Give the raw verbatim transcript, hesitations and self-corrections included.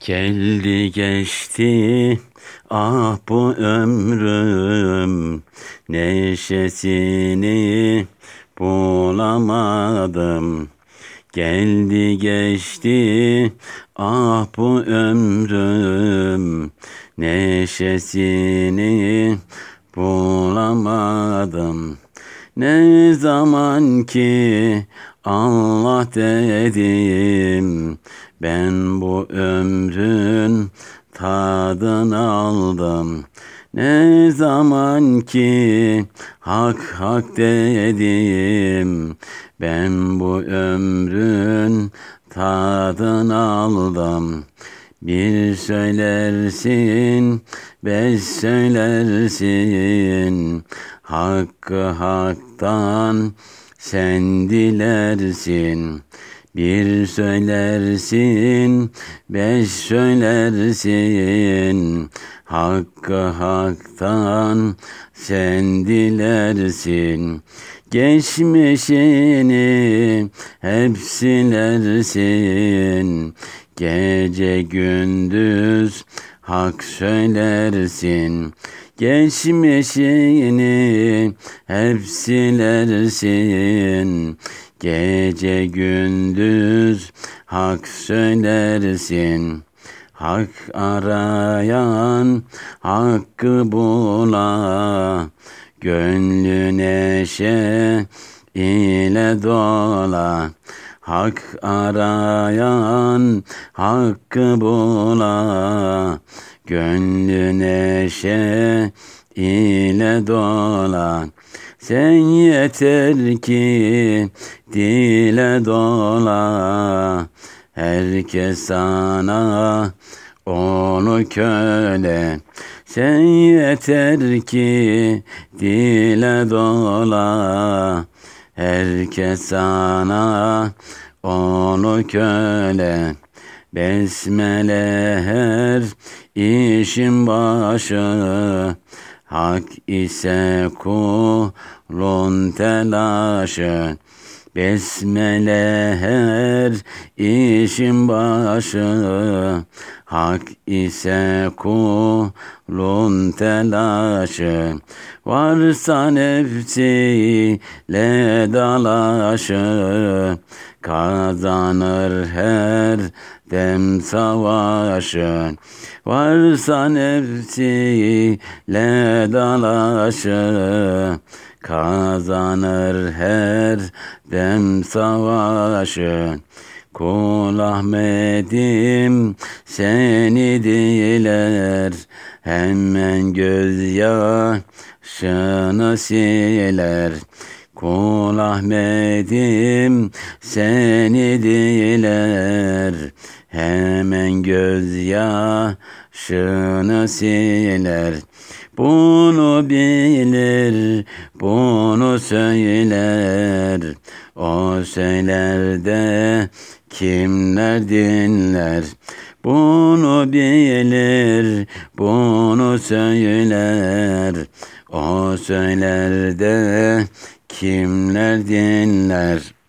Geldi geçti ah bu ömrüm, neşesini bulamadım. Geldi geçti ah bu ömrüm, neşesini bulamadım. Ne zaman ki Allah dedim, ben bu ömrün tadını aldım. Ne zaman ki hak hak dedim, ben bu ömrün tadını aldım. Bir söylersin, beş söylersin, hakkı haktan sen dilersin. Bir söylersin, beş söylersin, hakkı haktan sen dilersin. Geçmişini hep silersin, gece gündüz hak söylersin. Geçmişini hep silersin, gece gündüz hak söylersin. Hak arayan hakkı bula, gönlü neşe ile dola. Hak arayan hakkı bula, gönlü neşe ile dola. Sen yeter ki dile dola, herkes sana onu köle. Sen yeter ki dile dola, herkes sana onu köle. Besmele her işin başı, hak ise kulun telaşı. Besmele her işin başı, hak ise kulun telaşı. Varsa nefsiyle dalaşı, kazanır her dem savaşı. Varsa nefsiyle dalaşı, kazanır her dem savaşı. Kul Ahmet'im seni diler, hemen gözyaşını siler. Kul Ahmet'im seni diler, hemen gözyaşını siler. Bunu bilir, bunu söyler, o söyler de kimler dinler? Bunu bilir, bunu söyler, o söyler de kimler dinler?